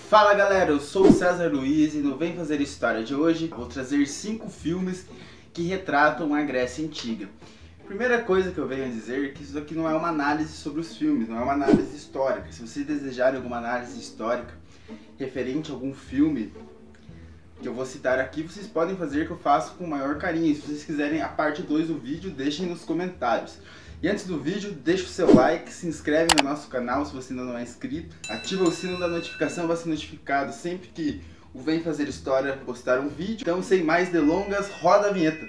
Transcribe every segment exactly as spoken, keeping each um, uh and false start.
Fala galera, eu sou o César Luiz e no Vem Fazer História de hoje vou trazer cinco filmes que retratam a Grécia Antiga. Primeira coisa que eu venho a dizer é que isso aqui não é uma análise sobre os filmes, não é uma análise histórica. Se vocês desejarem alguma análise histórica referente a algum filme que eu vou citar aqui, vocês podem fazer, que eu faço com o maior carinho. Se vocês quiserem a parte dois do vídeo, deixem nos comentários. E antes do vídeo, deixa o seu like, se inscreve no nosso canal se você ainda não é inscrito, ativa o sino da notificação para ser notificado sempre que o Vem Fazer História postar um vídeo. Então, sem mais delongas, roda a vinheta!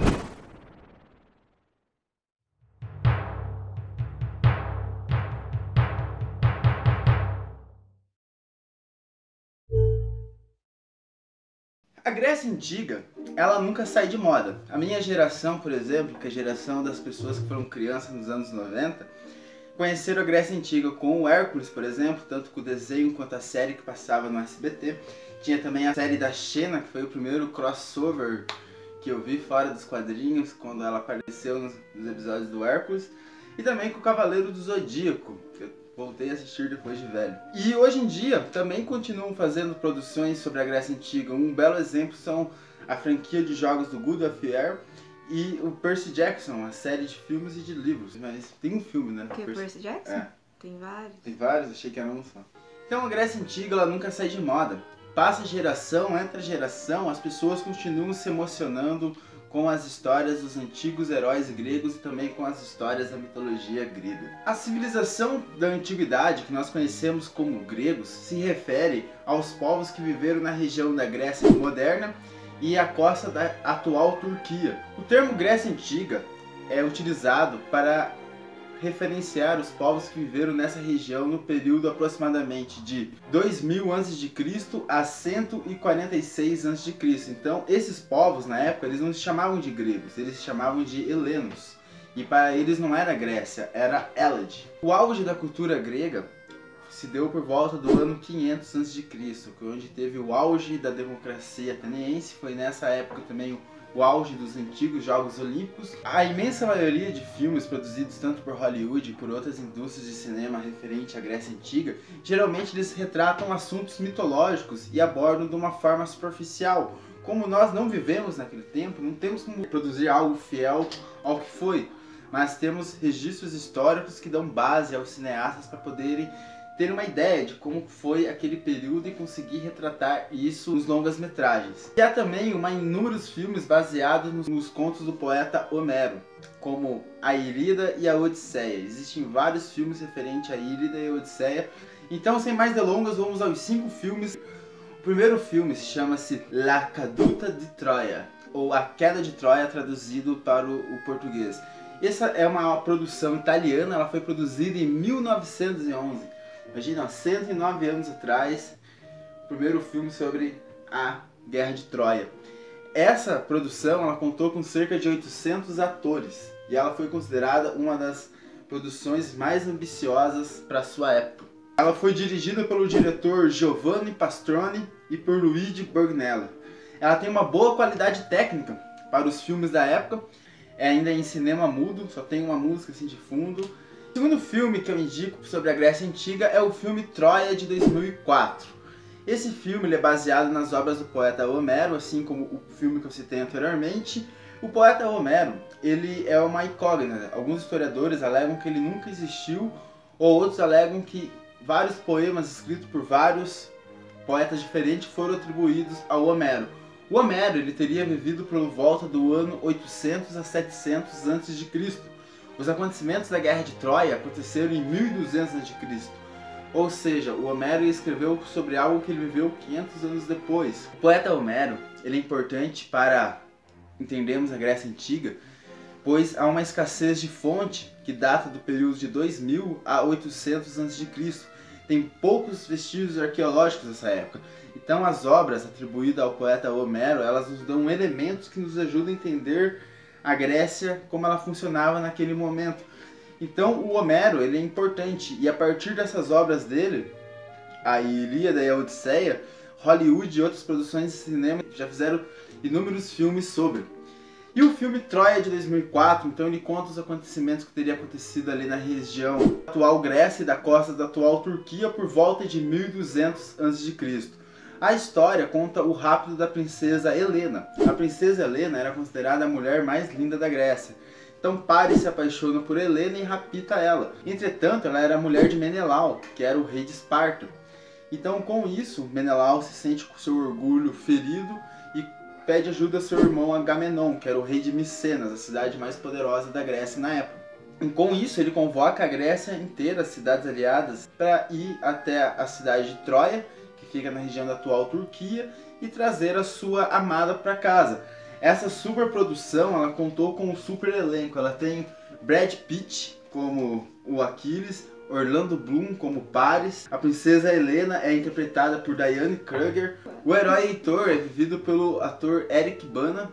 A Grécia Antiga, ela nunca sai de moda. A minha geração, por exemplo, que é a geração das pessoas que foram crianças nos anos noventa, conheceram a Grécia Antiga com o Hércules, por exemplo, tanto com o desenho quanto a série que passava no S B T. Tinha também a série da Xena, que foi o primeiro crossover que eu vi fora dos quadrinhos, quando ela apareceu nos, nos episódios do Hércules. E também com o Cavaleiro do Zodíaco, que eu voltei a assistir depois de velho. E hoje em dia também continuam fazendo produções sobre a Grécia Antiga. Um belo exemplo são a franquia de jogos do God of War e o Percy Jackson, a série de filmes e de livros. Mas tem um filme, né? Que é Percy... Percy Jackson? É. Tem vários. Tem vários? Achei que era um só. Então a Grécia Antiga, ela nunca sai de moda. Passa geração, entra geração, as pessoas continuam se emocionando com as histórias dos antigos heróis gregos e também com as histórias da mitologia grega. A civilização da antiguidade, que nós conhecemos como gregos, se refere aos povos que viveram na região da Grécia moderna e a costa da atual Turquia. O termo Grécia Antiga é utilizado para referenciar os povos que viveram nessa região no período aproximadamente de dois mil antes de Cristo a cento e quarenta e seis antes de Cristo. Então, esses povos, na época, eles não se chamavam de gregos, eles se chamavam de helenos. E para eles não era Grécia, era Hélade. O auge da cultura grega se deu por volta do ano quinhentos antes de Cristo, onde teve o auge da democracia ateniense. Foi nessa época também o auge dos antigos Jogos Olímpicos. A imensa maioria de filmes produzidos tanto por Hollywood e por outras indústrias de cinema referente à Grécia Antiga, geralmente eles retratam assuntos mitológicos e abordam de uma forma superficial. Como nós não vivemos naquele tempo, não temos como produzir algo fiel ao que foi, mas temos registros históricos que dão base aos cineastas para poderem ter uma ideia de como foi aquele período e conseguir retratar isso nos longas-metragens. E há também uma inúmeros filmes baseados nos, nos contos do poeta Homero, como a Ilíada e a Odisseia. Existem vários filmes referentes à Ilíada e a Odisseia. Então, sem mais delongas, vamos aos cinco filmes. O primeiro filme chama-se La Caduta de Troia, ou A Queda de Troia, traduzido para o, o português. Essa é uma produção italiana, ela foi produzida em mil novecentos e onze. Imagina, cento e nove anos atrás, o primeiro filme sobre a Guerra de Troia. Essa produção, ela contou com cerca de oitocentos atores e ela foi considerada uma das produções mais ambiciosas para sua época. Ela foi dirigida pelo diretor Giovanni Pastrone e por Luigi Borgnello. Ela tem uma boa qualidade técnica para os filmes da época, é ainda em cinema mudo, só tem uma música assim de fundo. O segundo filme que eu indico sobre a Grécia Antiga é o filme Troia, de dois mil e quatro. Esse filme ele é baseado nas obras do poeta Homero, assim como o filme que eu citei anteriormente. O poeta Homero, ele é uma incógnita. Alguns historiadores alegam que ele nunca existiu, ou outros alegam que vários poemas escritos por vários poetas diferentes foram atribuídos ao Homero. O Homero ele teria vivido por volta do ano oitocentos a setecentos antes de Cristo. Os acontecimentos da Guerra de Troia aconteceram em mil e duzentos antes de Cristo. Ou seja, o Homero escreveu sobre algo que ele viveu quinhentos anos depois. O poeta Homero ele é importante para entendermos a Grécia Antiga, pois há uma escassez de fonte que data do período de dois mil a oitocentos antes de Cristo. Tem poucos vestígios arqueológicos dessa época. Então as obras atribuídas ao poeta Homero, elas nos dão elementos que nos ajudam a entender a Grécia, como ela funcionava naquele momento. Então o Homero ele é importante, e a partir dessas obras dele, a Ilíada e a Odisseia, Hollywood e outras produções de cinema já fizeram inúmeros filmes sobre. E o filme Troia de dois mil e quatro, então ele conta os acontecimentos que teria acontecido ali na região da atual Grécia e da costa da atual Turquia por volta de mil e duzentos antes de Cristo. A história conta o rapto da princesa Helena. A princesa Helena era considerada a mulher mais linda da Grécia. Então Paris se apaixona por Helena e rapta ela. Entretanto, ela era a mulher de Menelau, que era o rei de Esparta. Então com isso, Menelau se sente com seu orgulho ferido e pede ajuda a seu irmão Agamenon, que era o rei de Micenas, a cidade mais poderosa da Grécia na época. E com isso ele convoca a Grécia inteira, as cidades aliadas, para ir até a cidade de Troia, que fica na região da atual Turquia, e trazer a sua amada para casa. Essa superprodução, ela contou com um super elenco. Ela tem Brad Pitt como o Aquiles, Orlando Bloom como Paris, a princesa Helena é interpretada por Diane Kruger, o herói Heitor é vivido pelo ator Eric Bana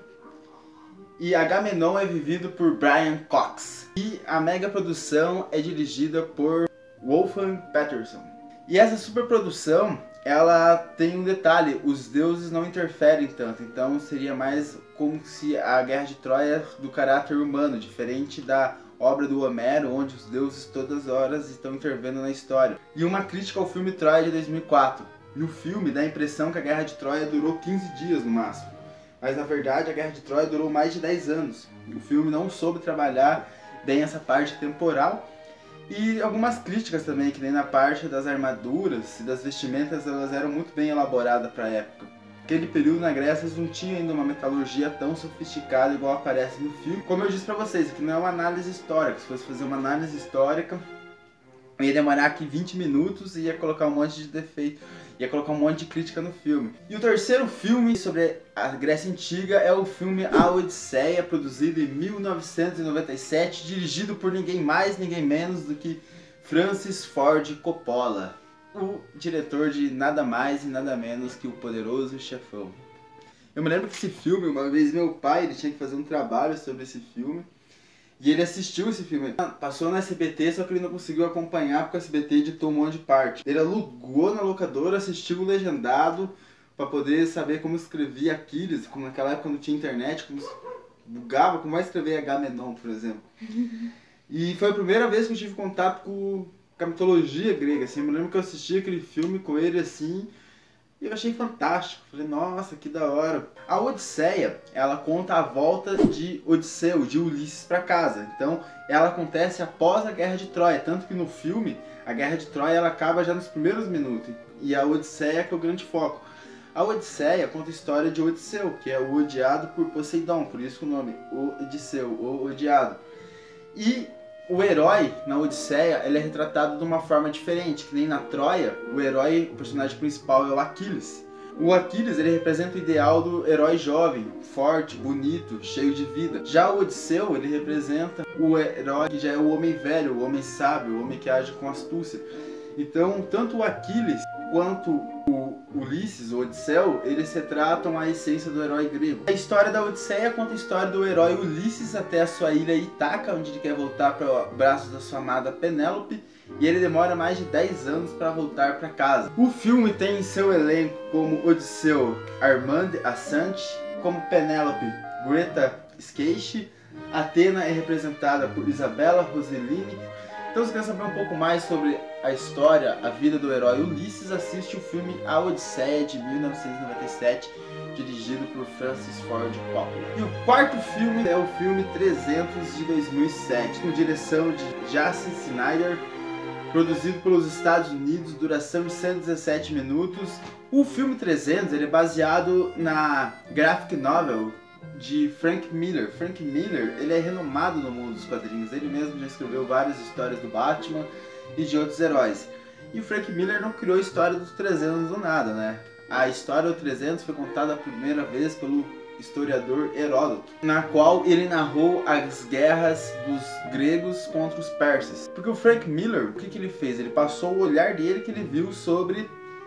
e Agamenon é vivido por Brian Cox. E a mega produção é dirigida por Wolfgang Peterson. E essa superprodução, ela tem um detalhe, os deuses não interferem tanto, então seria mais como se a Guerra de Troia do caráter humano, diferente da obra do Homero, onde os deuses todas as horas estão intervindo na história. E uma crítica ao filme Troia de dois mil e quatro. No filme dá a impressão que a Guerra de Troia durou quinze dias no máximo, mas na verdade a Guerra de Troia durou mais de dez anos. O filme não soube trabalhar bem essa parte temporal. E algumas críticas também, que nem na parte das armaduras e das vestimentas, elas eram muito bem elaboradas para a época. Naquele período na Grécia eles não tinham ainda uma metalurgia tão sofisticada igual aparece no filme. Como eu disse para vocês, aqui não é uma análise histórica. Se fosse fazer uma análise histórica, ia demorar aqui vinte minutos e ia colocar um monte de defeito, ia colocar um monte de crítica no filme. E o terceiro filme sobre a Grécia Antiga é o filme A Odisseia, produzido em mil novecentos e noventa e sete, dirigido por ninguém mais, ninguém menos do que Francis Ford Coppola, o diretor de nada mais e nada menos que O Poderoso Chefão. Eu me lembro que esse filme, uma vez meu pai, ele tinha que fazer um trabalho sobre esse filme, e ele assistiu esse filme. Passou na S B T, só que ele não conseguiu acompanhar porque a S B T editou um monte de parte. Ele alugou na locadora, assistiu o legendado para poder saber como escrevia Aquiles, como naquela época não tinha internet, como bugava, como vai escrever Agamenon, por exemplo. E foi a primeira vez que eu tive contato com a mitologia grega, assim. Eu me lembro que eu assisti aquele filme com ele assim, e eu achei fantástico. Falei, nossa, que da hora. A Odisseia, ela conta a volta de Odisseu, de Ulisses para casa. Então, ela acontece após a Guerra de Troia. Tanto que no filme, a Guerra de Troia ela acaba já nos primeiros minutos. E a Odisseia que é o grande foco. A Odisseia conta a história de Odisseu, que é o odiado por Poseidon. Por isso o nome, Odisseu, o odiado. E o herói na Odisseia, ele é retratado de uma forma diferente, que nem na Troia, o herói, o personagem principal é o Aquiles. O Aquiles, ele representa o ideal do herói jovem, forte, bonito, cheio de vida. Já o Odisseu, ele representa o herói que já é o homem velho, o homem sábio, o homem que age com astúcia. Então, tanto o Aquiles quanto o Ulisses, o Odisseu, eles retratam a essência do herói grego. A história da Odisseia conta a história do herói Ulisses até a sua ilha Ítaca, onde ele quer voltar para os braços da sua amada Penélope, e ele demora mais de dez anos para voltar para casa. O filme tem em seu elenco como Odisseu Armand Assante, como Penélope Greta Skeiche, Atena é representada por Isabella Rossellini. Então, se quer saber um pouco mais sobre a história, a vida do herói Ulisses, assiste o filme A Odisseia de mil novecentos e noventa e sete, dirigido por Francis Ford Coppola. E o quarto filme é o filme trezentos de dois mil e sete, com direção de Jason Snyder, produzido pelos Estados Unidos, duração de cento e dezessete minutos. O filme trezentos ele é baseado na graphic novel de Frank Miller. Frank Miller, ele é renomado no mundo dos quadrinhos, ele mesmo já escreveu várias histórias do Batman e de outros heróis. E o Frank Miller não criou a história dos trezentos do nada, né? A história do trezentos foi contada a primeira vez pelo historiador Heródoto, na qual ele narrou as guerras dos gregos contra os persas. Porque o Frank Miller, o que, que ele fez? Ele passou o olhar dele que ele viu sobre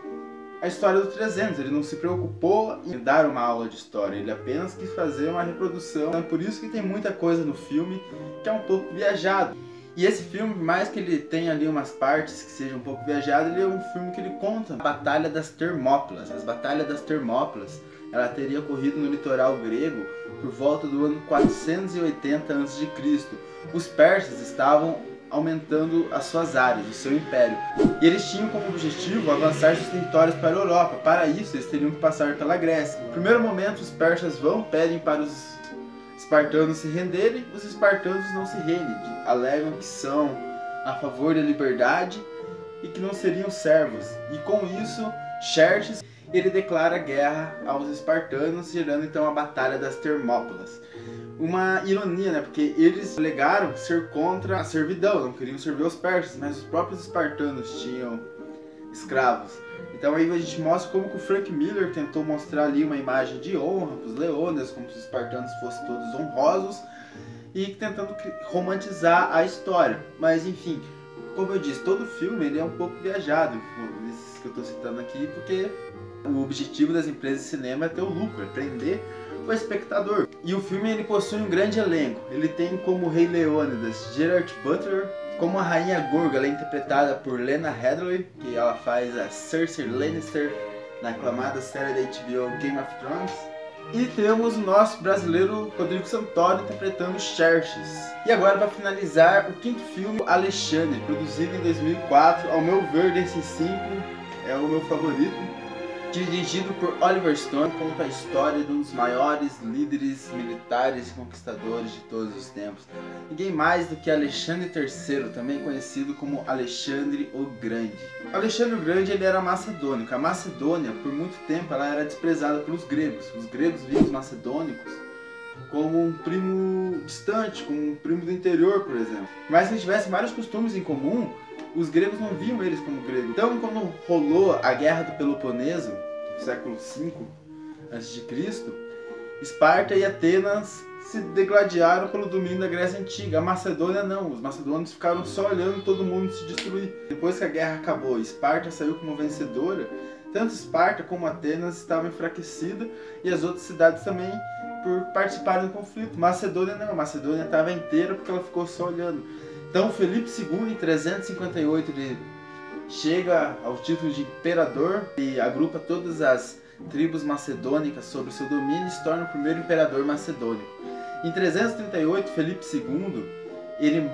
a história do trezentos, ele não se preocupou em dar uma aula de história, ele apenas quis fazer uma reprodução. Então é por isso que tem muita coisa no filme que é um pouco viajado. E esse filme, por mais que ele tenha ali umas partes que sejam um pouco viajado, ele é um filme que ele conta a Batalha das Termópilas. As Batalhas das Termópilas, ela teria ocorrido no litoral grego por volta do ano quatrocentos e oitenta antes de Cristo. Os persas estavam aumentando as suas áreas, o seu império. E eles tinham como objetivo avançar seus territórios para a Europa. Para isso, eles teriam que passar pela Grécia. No primeiro momento, os persas vão, pedem para os espartanos se renderem, os espartanos não se rendem, alegam que são a favor da liberdade e que não seriam servos. E com isso, Xerxes, ele declara guerra aos espartanos, gerando então a Batalha das Termópilas. Uma ironia, né? Porque eles alegaram ser contra a servidão, não queriam servir os persas, mas os próprios espartanos tinham escravos. Então aí a gente mostra como que o Frank Miller tentou mostrar ali uma imagem de honra para os leônidas, como se os espartanos fossem todos honrosos, e tentando romantizar a história. Mas enfim, como eu disse, todo filme ele é um pouco viajado, nesses que eu estou citando aqui, porque o objetivo das empresas de cinema é ter o lucro, é prender o espectador. E o filme ele possui um grande elenco. Ele tem como Rei Leônidas Gerard Butler, como a Rainha Gorga, ela é interpretada por Lena Headey, que ela faz a Cersei Lannister na aclamada série da H B O Game of Thrones. E temos o nosso brasileiro Rodrigo Santoro interpretando Xerxes. E agora, para finalizar, o quinto filme, Alexandre, produzido em dois mil e quatro. Ao meu ver, desses cinco, é o meu favorito. Dirigido por Oliver Stone, conta a história de um dos maiores líderes militares e conquistadores de todos os tempos. Ninguém mais do que Alexandre terceiro, também conhecido como Alexandre o Grande. Alexandre o Grande ele era macedônico. A Macedônia, por muito tempo, ela era desprezada pelos gregos. Os gregos viam os macedônicos como um primo distante, como um primo do interior, por exemplo. Mas se eles tivessem vários costumes em comum, os gregos não viam eles como gregos. Então, quando rolou a Guerra do Peloponeso, século cinco antes de Cristo, Esparta e Atenas se degladiaram pelo domínio da Grécia Antiga. A Macedônia não, os macedônios ficaram só olhando todo mundo se destruir. Depois que a guerra acabou, Esparta saiu como vencedora, tanto Esparta como Atenas estavam enfraquecidas e as outras cidades também por participarem do conflito. Macedônia não, a Macedônia estava inteira porque ela ficou só olhando. Então Felipe segundo, em trezentos e cinquenta e oito, ele chega ao título de imperador e agrupa todas as tribos macedônicas sob o seu domínio e se torna o primeiro imperador macedônico. Em trezentos e trinta e oito, Felipe segundo, ele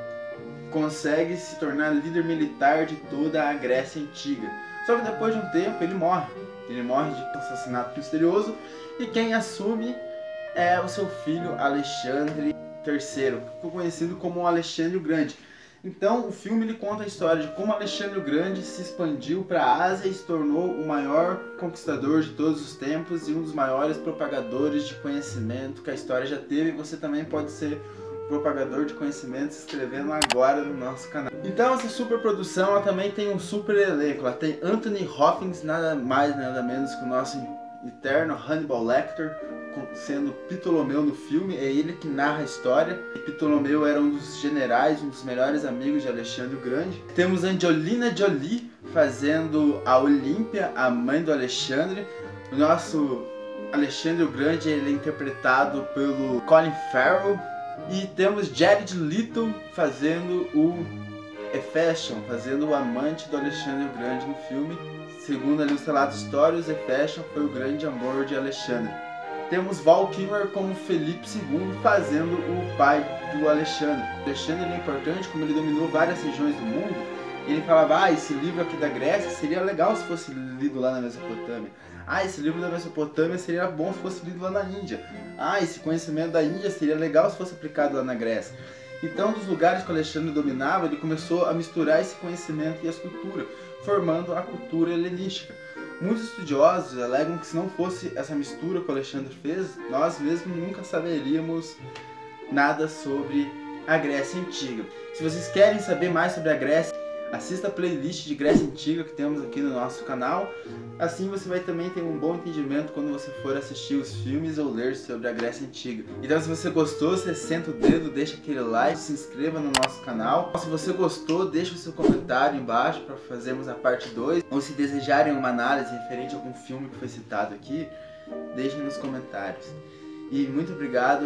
consegue se tornar líder militar de toda a Grécia Antiga. Só que depois de um tempo ele morre. Ele morre de assassinato misterioso e quem assume é o seu filho Alexandre terceiro, que ficou conhecido como Alexandre o Grande. Então o filme ele conta a história de como Alexandre o Grande se expandiu para a Ásia e se tornou o maior conquistador de todos os tempos e um dos maiores propagadores de conhecimento que a história já teve. E você também pode ser propagador de conhecimento se inscrevendo agora no nosso canal. Então essa super produção ela também tem um super elenco. Ela tem Anthony Hopkins, nada mais nada menos que o nosso eterno Hannibal Lecter, sendo Ptolomeu no filme. É ele que narra a história. E Ptolomeu era um dos generais, um dos melhores amigos de Alexandre o Grande. Temos Angelina Jolie fazendo a Olímpia, a mãe do Alexandre. O nosso Alexandre o Grande ele é interpretado pelo Colin Farrell. E temos Jared Leto fazendo o Hephaestion, fazendo o amante do Alexandre o Grande no filme. Segundo ali os relatos históricos, Hephaestion foi o grande amor de Alexandre. Temos Val Kilmer como Felipe segundo fazendo o pai do Alexandre. O Alexandre é importante, como ele dominou várias regiões do mundo. Ele falava, ah, esse livro aqui da Grécia seria legal se fosse lido lá na Mesopotâmia. Ah, esse livro da Mesopotâmia seria bom se fosse lido lá na Índia. Ah, esse conhecimento da Índia seria legal se fosse aplicado lá na Grécia. Então, dos lugares que o Alexandre dominava, ele começou a misturar esse conhecimento e as culturas, formando a cultura helenística. Muitos estudiosos alegam que se não fosse essa mistura que o Alexandre fez, nós mesmos nunca saberíamos nada sobre a Grécia Antiga. Se vocês querem saber mais sobre a Grécia, assista a playlist de Grécia Antiga que temos aqui no nosso canal. Assim você vai também ter um bom entendimento quando você for assistir os filmes ou ler sobre a Grécia Antiga. Então se você gostou, você senta o dedo, deixa aquele like, se inscreva no nosso canal. Se você gostou, deixa o seu comentário embaixo para fazermos a parte dois. Ou se desejarem uma análise referente a algum filme que foi citado aqui, deixem nos comentários. E muito obrigado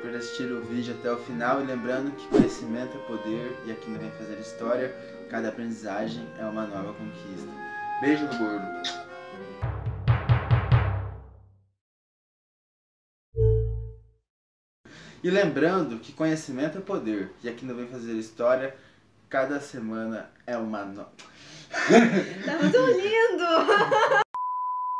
por assistir o vídeo até o final. E lembrando que conhecimento é poder e aqui não vem fazer história. Cada aprendizagem é uma nova conquista. Beijo no gordo. E lembrando que conhecimento é poder e aqui não vem fazer história. Cada semana é uma nova. Tá muito lindo!